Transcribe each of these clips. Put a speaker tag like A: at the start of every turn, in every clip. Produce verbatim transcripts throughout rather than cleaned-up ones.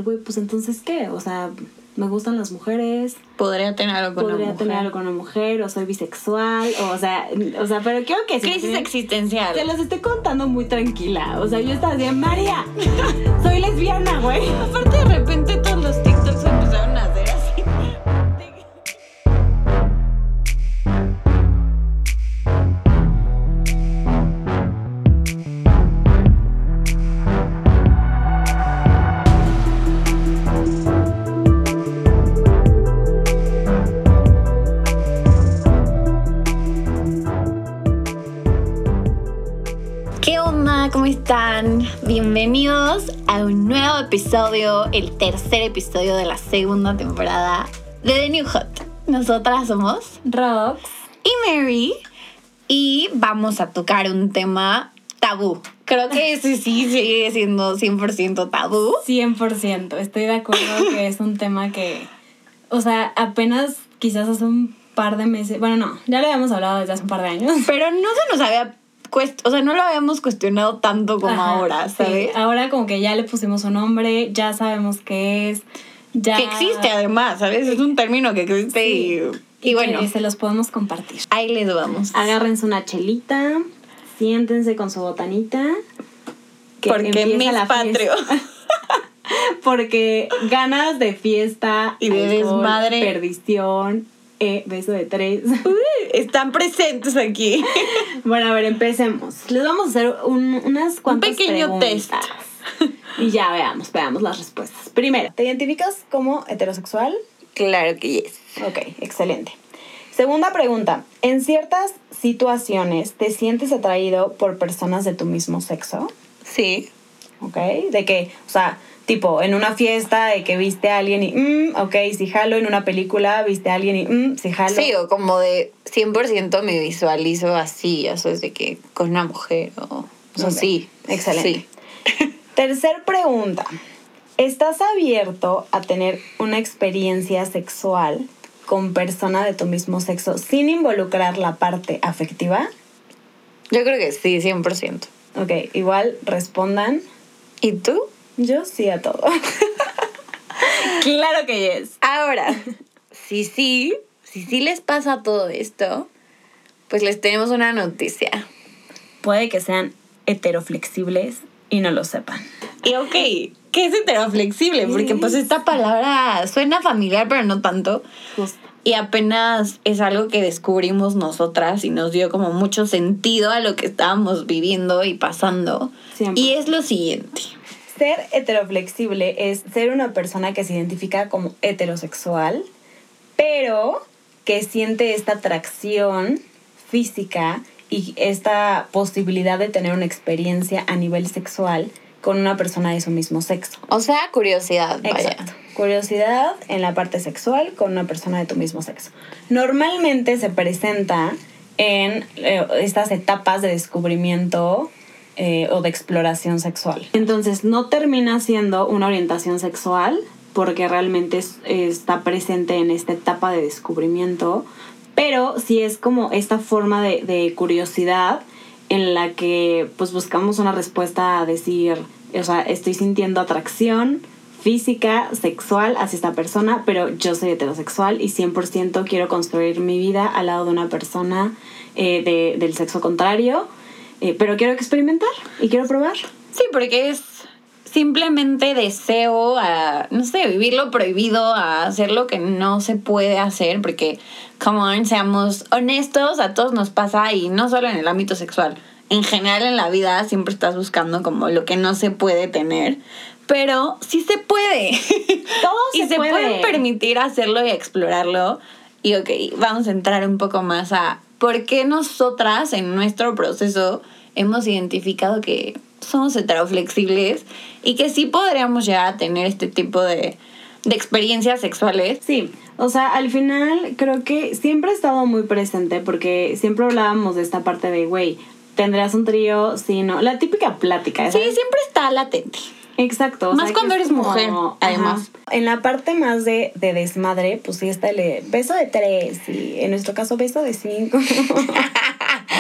A: güey, pues entonces, ¿qué? O sea, me gustan las mujeres.
B: Podría tener algo con una mujer.
A: Podría tener algo con una mujer, o soy bisexual, o, o sea, o sea, pero quiero que...
B: Crisis existencial.
A: Se los estoy contando muy tranquila. O sea, yo estaba así, María, soy lesbiana, güey.
B: Aparte, de repente todos los TikToks empezaron a hacer así. ¿Cómo están? Bienvenidos a un nuevo episodio, el tercer episodio de la segunda temporada de The New Hot. Nosotras somos
A: Rox
B: y Mary y vamos a tocar un tema tabú. Creo que ese sí sigue siendo cien por ciento tabú.
A: cien por ciento. Estoy de acuerdo que es un tema que, o sea, apenas quizás hace un par de meses, bueno, no, ya lo habíamos hablado desde hace un par de años.
B: Pero no se nos había... Cuest- o sea, no lo habíamos cuestionado tanto como Ajá, ahora, ¿sabes?
A: Sí. Ahora como que ya le pusimos un nombre, ya sabemos qué es, ya...
B: Que existe además, ¿sabes? Es un término que existe sí. y, y, y bueno...
A: Que se los podemos compartir.
B: Ahí les vamos.
A: Agárrense una chelita, siéntense con su botanita.
B: Que Porque mes patrio.
A: Porque ganas de fiesta,
B: y de alcohol, desmadre,
A: perdición... Eh, beso de tres.
B: Uy, están presentes aquí.
A: Bueno, a ver, empecemos. Les vamos a hacer un, unas cuantas
B: un pequeño
A: preguntas.
B: test.
A: Y ya veamos, veamos las respuestas. Primero, ¿te identificas como heterosexual?
B: Claro que yes.
A: Ok, excelente. Segunda pregunta. ¿En ciertas situaciones te sientes atraído por personas de tu mismo sexo?
B: Sí.
A: Ok, de que, o sea... Tipo, en una fiesta de que viste a alguien y, mm, ok, sí jalo. En una película viste a alguien y, mm, sí jalo.
B: Sí, o como de cien por ciento me visualizo así, eso es de que con una mujer o... O sea, okay. sí.
A: Excelente. Sí. Tercer pregunta. ¿Estás abierto a tener una experiencia sexual con persona de tu mismo sexo sin involucrar la parte afectiva?
B: Yo creo que sí, cien por ciento.
A: Ok, igual respondan.
B: ¿Y tú?
A: Yo sí a todo.
B: Claro que yes. Ahora, si sí, si sí les pasa todo esto, pues les tenemos una noticia.
A: Puede que sean heteroflexibles y no lo sepan.
B: Y ok, ¿qué es heteroflexible? Porque pues esta palabra suena familiar, pero no tanto.
A: Justo.
B: Y apenas es algo que descubrimos nosotras y nos dio como mucho sentido a lo que estábamos viviendo y pasando. Siempre. Y es lo siguiente.
A: Ser heteroflexible es ser una persona que se identifica como heterosexual, pero que siente esta atracción física y esta posibilidad de tener una experiencia a nivel sexual con una persona de su mismo sexo.
B: O sea, curiosidad, vaya.
A: Exacto. Curiosidad en la parte sexual con una persona de tu mismo sexo. Normalmente se presenta en eh, estas etapas de descubrimiento Eh, o de exploración sexual. Entonces no termina siendo una orientación sexual porque realmente es, está presente en esta etapa de descubrimiento, pero sí es como esta forma de, de curiosidad en la que pues buscamos una respuesta a decir, o sea, estoy sintiendo atracción física, sexual hacia esta persona, pero yo soy heterosexual y cien por ciento quiero construir mi vida al lado de una persona eh, de, del sexo contrario. Eh, pero quiero experimentar y quiero probar.
B: Sí, porque es simplemente deseo a, no sé, vivir lo prohibido, a hacer lo que no se puede hacer, porque, come on, seamos honestos, a todos nos pasa, y no solo en el ámbito sexual, en general en la vida siempre estás buscando como lo que no se puede tener, pero sí se puede.
A: Todo se
B: y se
A: puede.
B: pueden permitir hacerlo y explorarlo. Y ok, vamos a entrar un poco más a por qué nosotras en nuestro proceso hemos identificado que somos heteroflexibles y que sí podríamos llegar a tener este tipo de, de experiencias sexuales.
A: Sí, o sea, al final creo que siempre ha estado muy presente porque siempre hablábamos de esta parte de, güey, ¿tendrás un trío? Sí, no. La típica plática, ¿sabes?
B: Sí, siempre está latente.
A: Exacto.
B: Más o sea, cuando eres como, mujer, además.
A: Ajá. En la parte más de, de desmadre, pues sí está el beso de tres y en nuestro caso beso de cinco.
B: Todo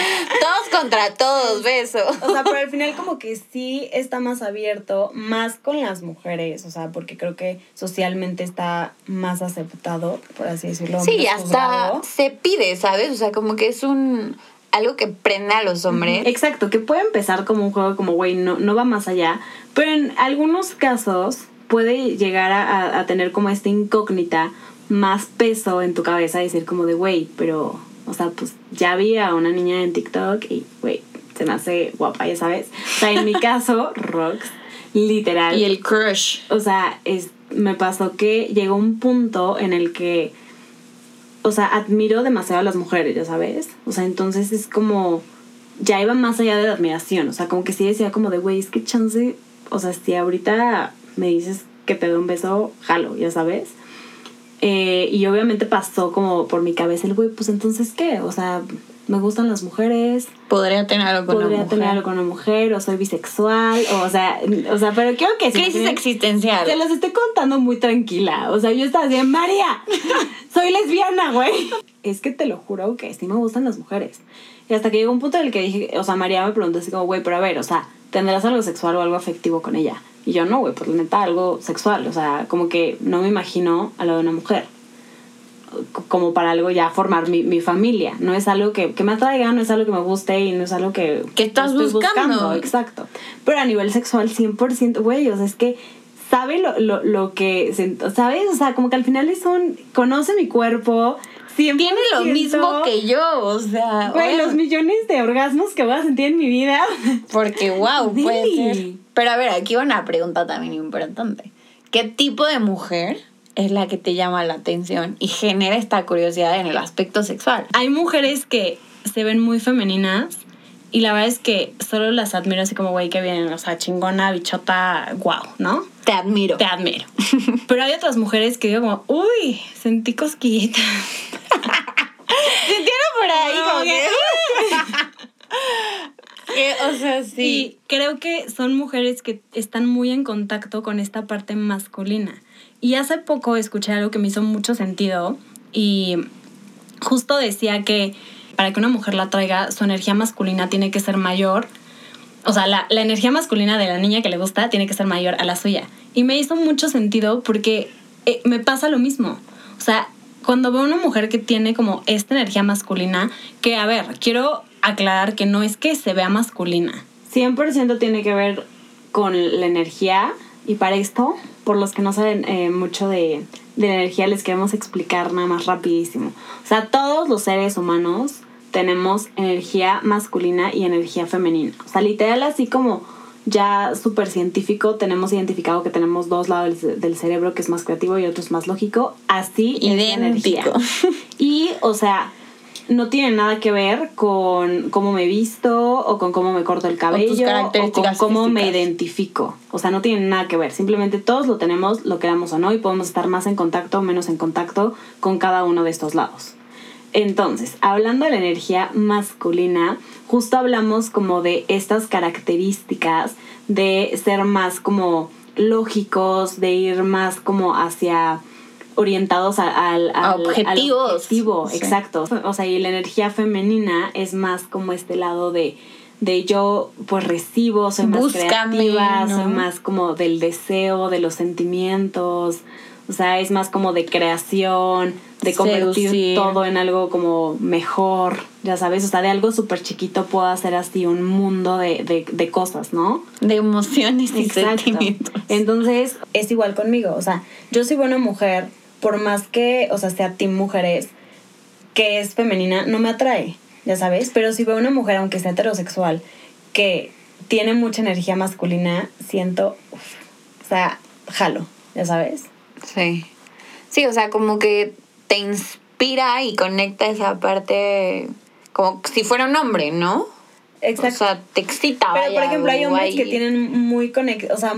B: Todos contra todos, beso.
A: O sea, pero al final como que sí está más abierto, más con las mujeres, o sea, porque creo que socialmente está más aceptado, por así decirlo.
B: Sí, hasta se pide, ¿sabes? O sea, como que es un... algo que prenda a los hombres.
A: Exacto, que puede empezar como un juego como, güey, no, no va más allá. Pero en algunos casos puede llegar a, a tener como esta incógnita más peso en tu cabeza, decir como de, güey, pero, o sea, pues ya vi a una niña en TikTok y, güey, se me hace guapa, ya sabes. O sea, en mi caso, Rox, literal.
B: Y el crush.
A: O sea, es, me pasó que llegó un punto en el que, o sea, admiro demasiado a las mujeres, ya sabes. O sea, entonces es como, ya iba más allá de la admiración. O sea, como que sí decía como de, güey, es que chance, o sea, si ahorita me dices que te doy un beso, jalo, ya sabes. Eh, y obviamente pasó como por mi cabeza el güey, pues entonces, ¿qué? O sea, me gustan las mujeres.
B: Podría tener algo con una mujer.
A: Podría tener algo con una mujer, o soy bisexual, o, o sea, o sea, pero quiero que...
B: Crisis
A: se
B: existencial.
A: Se los estoy contando muy tranquila. O sea, yo estaba así, María, soy lesbiana, güey. Es que te lo juro que sí me gustan las mujeres. Y hasta que llegó un punto en el que dije, o sea, María me preguntó así como, güey, pero a ver, o sea, ¿tendrás algo sexual o algo afectivo con ella? Y yo, no, güey, pues la neta, algo sexual. O sea, como que no me imagino a lo de una mujer. Como para algo ya formar mi, mi familia. No es algo que, que me atraiga, no es algo que me guste y no es algo que...
B: Que estás
A: estoy
B: buscando.
A: buscando. Exacto. Pero a nivel sexual, cien por ciento, güey, o sea, es que sabe lo, lo, lo que... ¿Sabes? O sea, como que al final es un... Conoce mi cuerpo... cien por ciento.
B: Tiene lo mismo que yo, o sea...
A: Güey, los millones de orgasmos que voy a sentir en mi vida.
B: Porque, wow,
A: Sí.
B: puede ser. Pero a ver, aquí va una pregunta también importante. ¿Qué tipo de mujer es la que te llama la atención y genera esta curiosidad en el aspecto sexual?
A: Hay mujeres que se ven muy femeninas y la verdad es que solo las admiro así como, güey, que vienen, o sea, chingona, bichota, guau, ¿no?
B: Te admiro.
A: Te admiro. Pero hay otras mujeres que digo como, uy, sentí cosquillitas.
B: ¿Sintieron por ahí?
A: No,
B: Como
A: que-
B: que, o sea, sí.
A: Y creo que son mujeres que están muy en contacto con esta parte masculina. Y hace poco escuché algo que me hizo mucho sentido y justo decía que para que una mujer la atraiga, su energía masculina tiene que ser mayor. O sea, la, la energía masculina de la niña que le gusta tiene que ser mayor a la suya. Y me hizo mucho sentido porque eh, me pasa lo mismo. O sea, cuando veo una mujer que tiene como esta energía masculina, que, a ver, quiero aclarar que no es que se vea masculina. cien por ciento tiene que ver con la energía. Y para esto, por los que no saben eh, mucho de, de la energía, les queremos explicar nada más rapidísimo. O sea, todos los seres humanos tenemos energía masculina y energía femenina. O sea, literal, así como ya súper científico, tenemos identificado que tenemos dos lados del, del cerebro, que es más creativo y otro es más lógico. Así es la energía. Y, o sea, no tiene nada que ver con cómo me visto o con cómo me corto el cabello o con cómo me identifico. O sea, no tiene nada que ver. Simplemente todos lo tenemos, lo queramos o no, y podemos estar más en contacto o menos en contacto con cada uno de estos lados. Entonces, hablando de la energía masculina, justo hablamos como de estas características de ser más como lógicos, de ir más como hacia orientados a, a, al,
B: a objetivos.
A: Al objetivo,
B: sí.
A: Exacto. O sea, y la energía femenina es más como este lado de, de yo pues recibo, soy más
B: Búscame,
A: creativa,
B: ¿no?
A: soy más como del deseo, de los sentimientos. O sea, es más como de creación, de convertir
B: Seducir.
A: todo en algo como mejor, ya sabes. O sea, de algo súper chiquito puedo hacer así un mundo de, de, de cosas, ¿no?
B: De emociones y
A: Exacto.
B: sentimientos.
A: Entonces, es igual conmigo. O sea, yo soy buena mujer, por más que, o sea, sea team mujeres, que es femenina, no me atrae, ya sabes. Pero si veo una mujer, aunque sea heterosexual, que tiene mucha energía masculina, siento, uf, o sea, jalo, ya sabes.
B: Sí. Sí, o sea, como que te inspira y conecta esa parte como si fuera un hombre, ¿no?
A: Exacto.
B: O sea, te excita.
A: Pero,
B: vaya,
A: por ejemplo, hay hombres
B: guay.
A: que tienen muy conectados, o sea,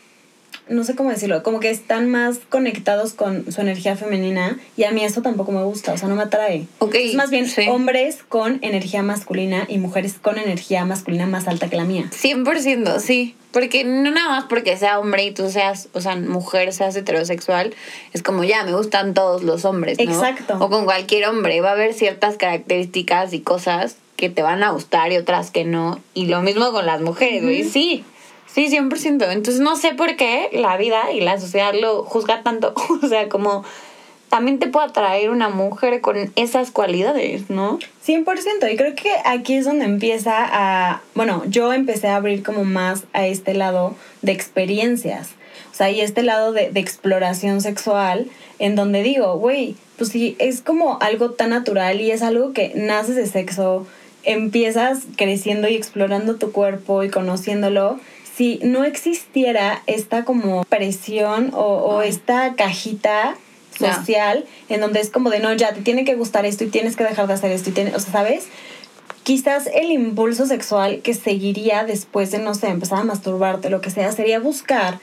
A: no sé cómo decirlo, como que están más conectados con su energía femenina y a mí eso tampoco me gusta, o sea, no me atrae.
B: Okay,
A: es más bien
B: sí.
A: hombres con energía masculina y mujeres con energía masculina más alta que la mía.
B: cien por ciento, sí. Porque no nada más porque sea hombre y tú seas, o sea, mujer, seas heterosexual, es como ya, me gustan todos los hombres, ¿no?
A: Exacto.
B: O con cualquier hombre. Va a haber ciertas características y cosas que te van a gustar y otras que no. Y lo mismo con las mujeres, güey. Uh-huh. Sí, sí, cien por ciento. Entonces no sé por qué la vida y la sociedad lo juzga tanto. O sea, como también te puede atraer una mujer con esas cualidades, ¿no?
A: cien por ciento. Y creo que aquí es donde empieza a... Bueno, yo empecé a abrir como más a este lado de experiencias. O sea, y este lado de, de exploración sexual, en donde digo, güey, pues sí, es como algo tan natural y es algo que naces de sexo, empiezas creciendo y explorando tu cuerpo y conociéndolo. Si no existiera esta como presión o, o esta cajita social, yeah. en donde es como de, no, ya, te tiene que gustar esto y tienes que dejar de hacer esto y tienes, o sea, ¿sabes? Quizás el impulso sexual que seguiría después de, no sé, empezar a masturbarte, lo que sea, sería buscar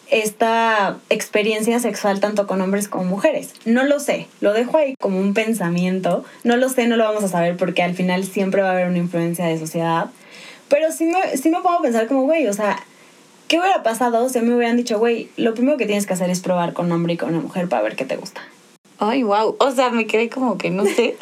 A: esta experiencia sexual tanto con hombres como mujeres. No lo sé, lo dejo ahí como un pensamiento, no lo sé, no lo vamos a saber porque al final siempre va a haber una influencia de sociedad, pero sí me, sí me puedo pensar como, güey, o sea, ¿qué hubiera pasado si me hubieran dicho, güey, lo primero que tienes que hacer es probar con un hombre y con una mujer para ver qué te gusta?
B: Ay, wow, o sea, me quedé como que no sé.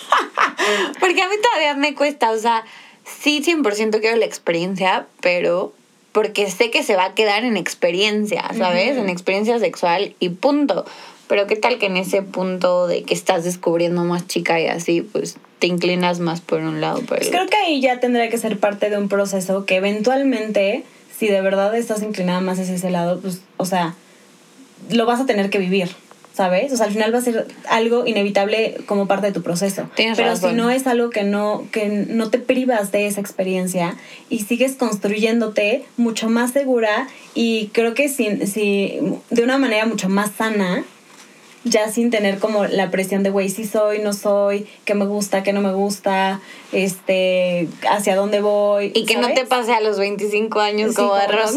B: Porque a mí todavía me cuesta, o sea, sí, cien por ciento quiero la experiencia, pero porque sé que se va a quedar en experiencia, ¿sabes? Uh-huh. En experiencia sexual y punto. Pero qué tal que en ese punto de que estás descubriendo más chica y así, pues te inclinas más por un lado. Por el
A: pues creo que ahí ya tendría que ser parte de un proceso que eventualmente, si de verdad estás inclinada más hacia ese lado, pues, o sea, lo vas a tener que vivir, ¿sabes? O sea, al final va a ser algo inevitable como parte de tu proceso.
B: Tienes
A: Pero
B: razón.
A: Si no es algo que no, que no te privas de esa experiencia y sigues construyéndote mucho más segura y creo que sin, si, de una manera mucho más sana, ya sin tener como la presión de, güey, sí soy, no soy, qué me gusta, qué no me gusta, este, hacia dónde voy.
B: Y que ¿sabes? No te pase a los veinticinco años sí, como arroz.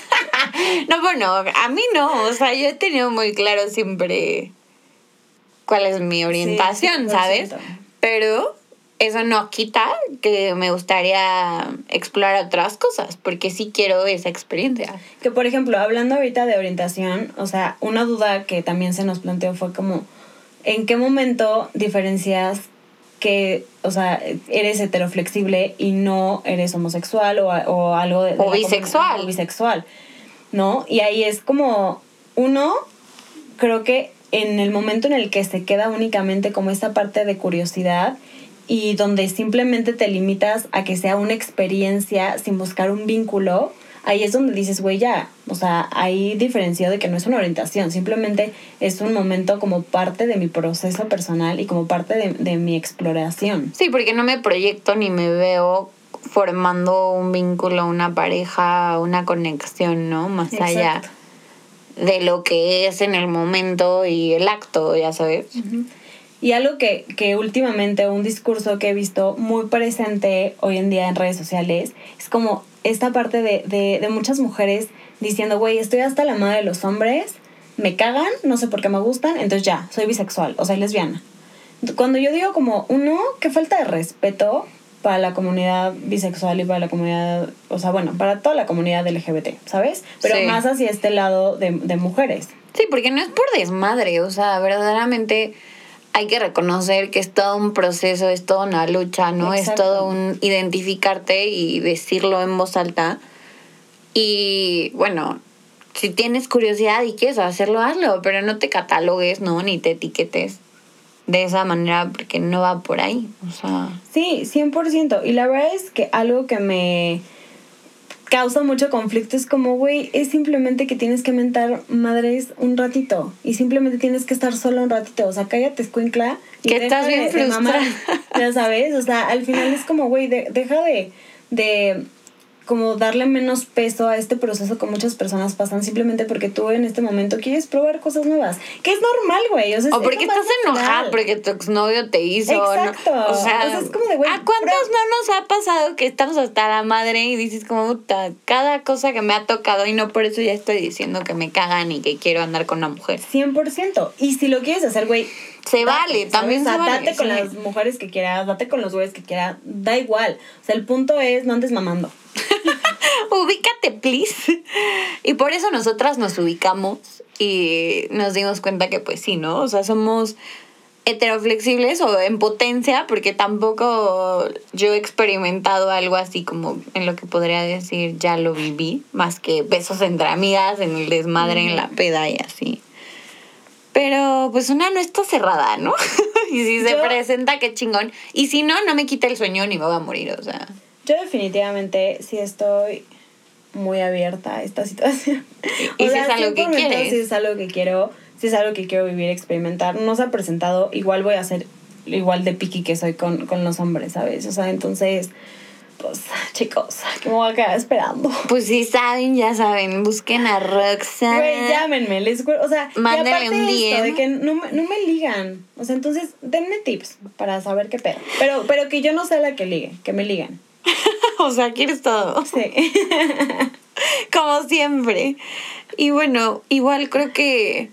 B: No, bueno, a mí no, o sea, yo he tenido muy claro siempre cuál es mi orientación, sí, ¿sabes? Pero eso no quita que me gustaría explorar otras cosas, porque sí quiero esa experiencia.
A: Que, por ejemplo, hablando ahorita de orientación, o sea, una duda que también se nos planteó fue como, ¿en qué momento diferencias que, o sea, eres heteroflexible y no eres homosexual o, o algo de... de
B: o bisexual.
A: O bisexual, ¿no? Y ahí es como, uno, creo que en el momento en el que se queda únicamente como esta parte de curiosidad y donde simplemente te limitas a que sea una experiencia sin buscar un vínculo, ahí es donde dices, güey, ya, o sea, ahí diferencio de que no es una orientación, simplemente es un momento como parte de mi proceso personal y como parte de, de mi exploración.
B: Sí, porque no me proyecto ni me veo formando un vínculo, una pareja, una conexión, ¿no? Más Exacto. allá de lo que es en el momento y el acto, ya sabes.
A: Uh-huh. Y algo que, que últimamente, un discurso que he visto muy presente hoy en día en redes sociales, es como esta parte de, de, de muchas mujeres diciendo, güey, estoy hasta la madre de los hombres, me cagan, no sé por qué me gustan, entonces ya, soy bisexual o soy lesbiana. Cuando yo digo como, uno, qué falta de respeto para la comunidad bisexual y para la comunidad, o sea, bueno, para toda la comunidad L G B T, ¿sabes? Pero sí. Más hacia este lado de, de mujeres.
B: Sí, porque no es por desmadre, o sea, verdaderamente hay que reconocer que es todo un proceso, es toda una lucha, ¿no? Exacto. Es todo un identificarte y decirlo en voz alta. Y, bueno, si tienes curiosidad y quieres hacerlo, hazlo, pero no te catalogues, ¿no? Ni te etiquetes de esa manera porque no va por ahí, o sea...
A: Sí, cien por ciento. Y la verdad es que algo que me causa mucho conflicto es como, güey, es simplemente que tienes que mentar madres un ratito y simplemente tienes que estar solo un ratito, o sea, cállate, escuincla.
B: Que estás bien de, frustrada.
A: De mamá, ya sabes, o sea, al final es como, güey, de, deja de... de como darle menos peso a este proceso que muchas personas pasan simplemente porque tú en este momento quieres probar cosas nuevas. Que es normal, güey. O, sea,
B: o porque estás enojada porque tu exnovio te hizo.
A: Exacto.
B: ¿no? O, sea,
A: o sea, es como de, güey.
B: ¿A cuántos pero... no nos ha pasado que estamos hasta la madre y dices como, puta, cada cosa que me ha tocado y no por eso ya estoy diciendo que me cagan y que quiero andar con una mujer?
A: cien por ciento. Y si lo quieres hacer, güey,
B: se vale, también se vale.
A: Date con
B: sí.
A: las mujeres que quieras, date con los güeyes que quieras, da igual. O sea, el punto es no andes mamando.
B: Ubícate, please. Y por eso nosotras nos ubicamos y nos dimos cuenta que pues sí, ¿no? O sea, somos heteroflexibles o en potencia, porque tampoco yo he experimentado algo así como en lo que podría decir ya lo viví, más que besos entre amigas, en el desmadre, uh-huh. en la peda y así. Pero pues una no está cerrada, ¿no? Y si se yo, presenta, qué chingón. Y si no, no me quita el sueño ni me va a morir, o sea.
A: Yo definitivamente sí estoy muy abierta a esta situación.
B: Y, y si es algo que quieres.
A: Si es algo que quiero, si es algo que quiero vivir, experimentar. No se ha presentado, igual voy a ser igual de picky que soy con, con los hombres, ¿sabes? O sea, entonces, pues, chicos, que me voy a quedar esperando.
B: Pues si saben, ya saben, busquen a Roxana.
A: Güey, llámenme, les juro, o sea,
B: mándenle un
A: D M.
B: D M.
A: De que no, no me ligan. O sea, entonces, denme tips para saber qué pedo. Pero, pero que yo no sea la que ligue, que me ligan.
B: O sea, quieres todo.
A: Sí.
B: Como siempre. Y bueno, igual creo que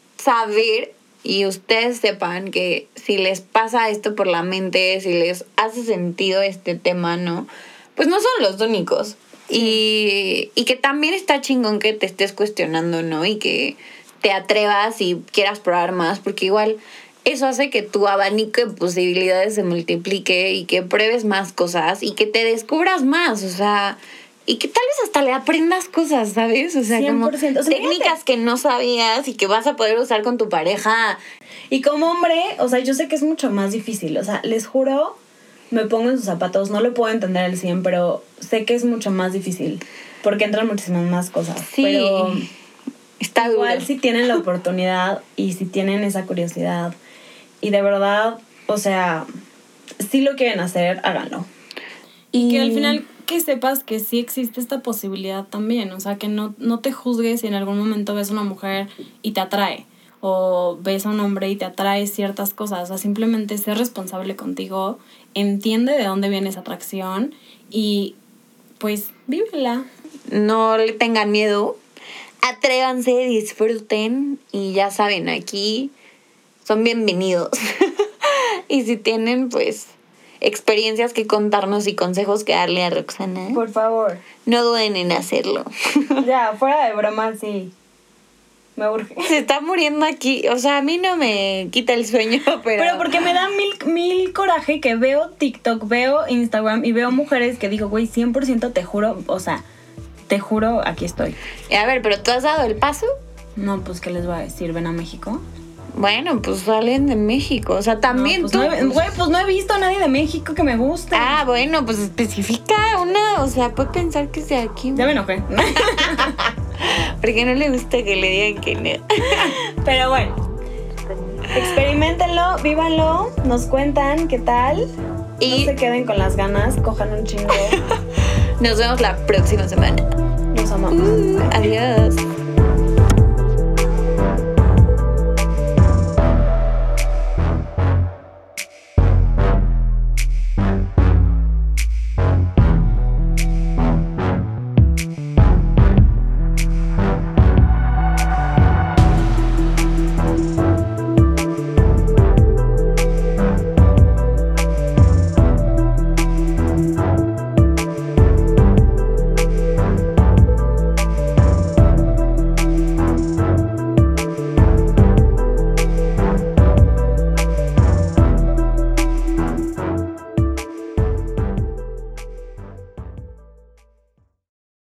B: saber y ustedes sepan que si les pasa esto por la mente, si les hace sentido este tema, ¿no? Pues no son los únicos. Sí. Y, y que también está chingón que te estés cuestionando, ¿no? Y que te atrevas y quieras probar más, porque igual eso hace que tu abanico de posibilidades se multiplique y que pruebes más cosas y que te descubras más, o sea, y que tal vez hasta le aprendas cosas, ¿sabes? O sea,
A: cien por ciento.
B: como o sea, técnicas fíjate. Que no sabías y que vas a poder usar con tu pareja.
A: Y como hombre, o sea, yo sé que es mucho más difícil, o sea, les juro, me pongo en sus zapatos, no lo puedo entender al cien, pero sé que es mucho más difícil, porque entran muchísimas más cosas.
B: Sí,
A: pero
B: está duro.
A: Igual si tienen la oportunidad y si tienen esa curiosidad y de verdad, o sea, si lo quieren hacer, háganlo.
C: Y que al final que sepas que sí existe esta posibilidad también, o sea, que no, no te juzgues si en algún momento ves a una mujer y te atrae, o ves a un hombre y te atrae ciertas cosas, o sea, simplemente sé responsable contigo, entiende de dónde viene esa atracción y pues vívela.
B: No le tengan miedo, atrévanse, disfruten y ya saben, aquí son bienvenidos. Y si tienen, pues, experiencias que contarnos y consejos que darle a Roxana,
A: por favor,
B: no duden en hacerlo.
A: Ya, fuera de broma, sí. Me urge.
B: Se está muriendo aquí. O sea, a mí no me quita el sueño, pero...
A: Pero porque me da mil, mil coraje que veo TikTok, veo Instagram y veo mujeres que digo, güey, cien por ciento te juro, o sea, te juro, aquí estoy.
B: A ver, ¿pero tú has dado el paso?
A: No, pues, ¿qué les voy a decir? ¿Ven a México?
B: Bueno, pues salen de México. O sea, también
A: no, pues
B: tú...
A: No he, güey, pues no he visto a nadie de México que me guste.
B: Ah, bueno, pues especifica una... O sea, puede pensar que sea aquí.
A: Ya me enojé.
B: Porque no le gusta que le digan que no.
A: Pero bueno, experiméntenlo, vívanlo, nos cuentan qué tal. Y no se queden con las ganas, cojan un chingo.
B: Nos vemos la próxima semana.
A: Nos amamos.
B: Uh, adiós.